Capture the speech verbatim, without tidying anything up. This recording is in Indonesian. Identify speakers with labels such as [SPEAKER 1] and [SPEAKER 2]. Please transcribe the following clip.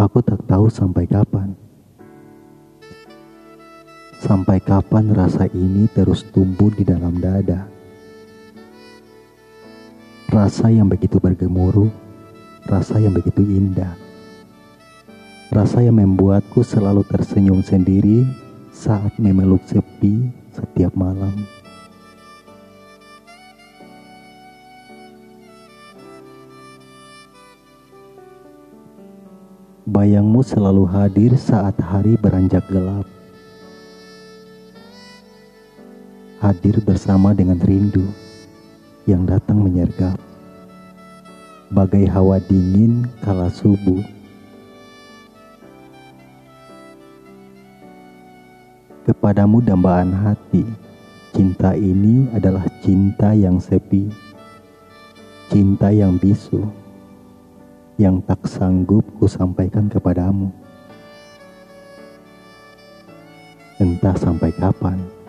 [SPEAKER 1] Aku tak tahu sampai kapan. Sampai kapan rasa ini terus tumbuh di dalam dada. Rasa yang begitu bergemuruh, rasa yang begitu indah. Rasa yang membuatku selalu tersenyum sendiri saat memeluk sepi setiap malam. Bayangmu selalu hadir saat hari beranjak gelap. Hadir bersama dengan rindu yang datang menyergap. Bagai hawa dingin kala subuh. Kepadamu dambaan hati, cinta ini adalah cinta yang sepi. Cinta yang bisu, yang tak sanggup ku sampaikan kepadamu. Entah sampai kapan.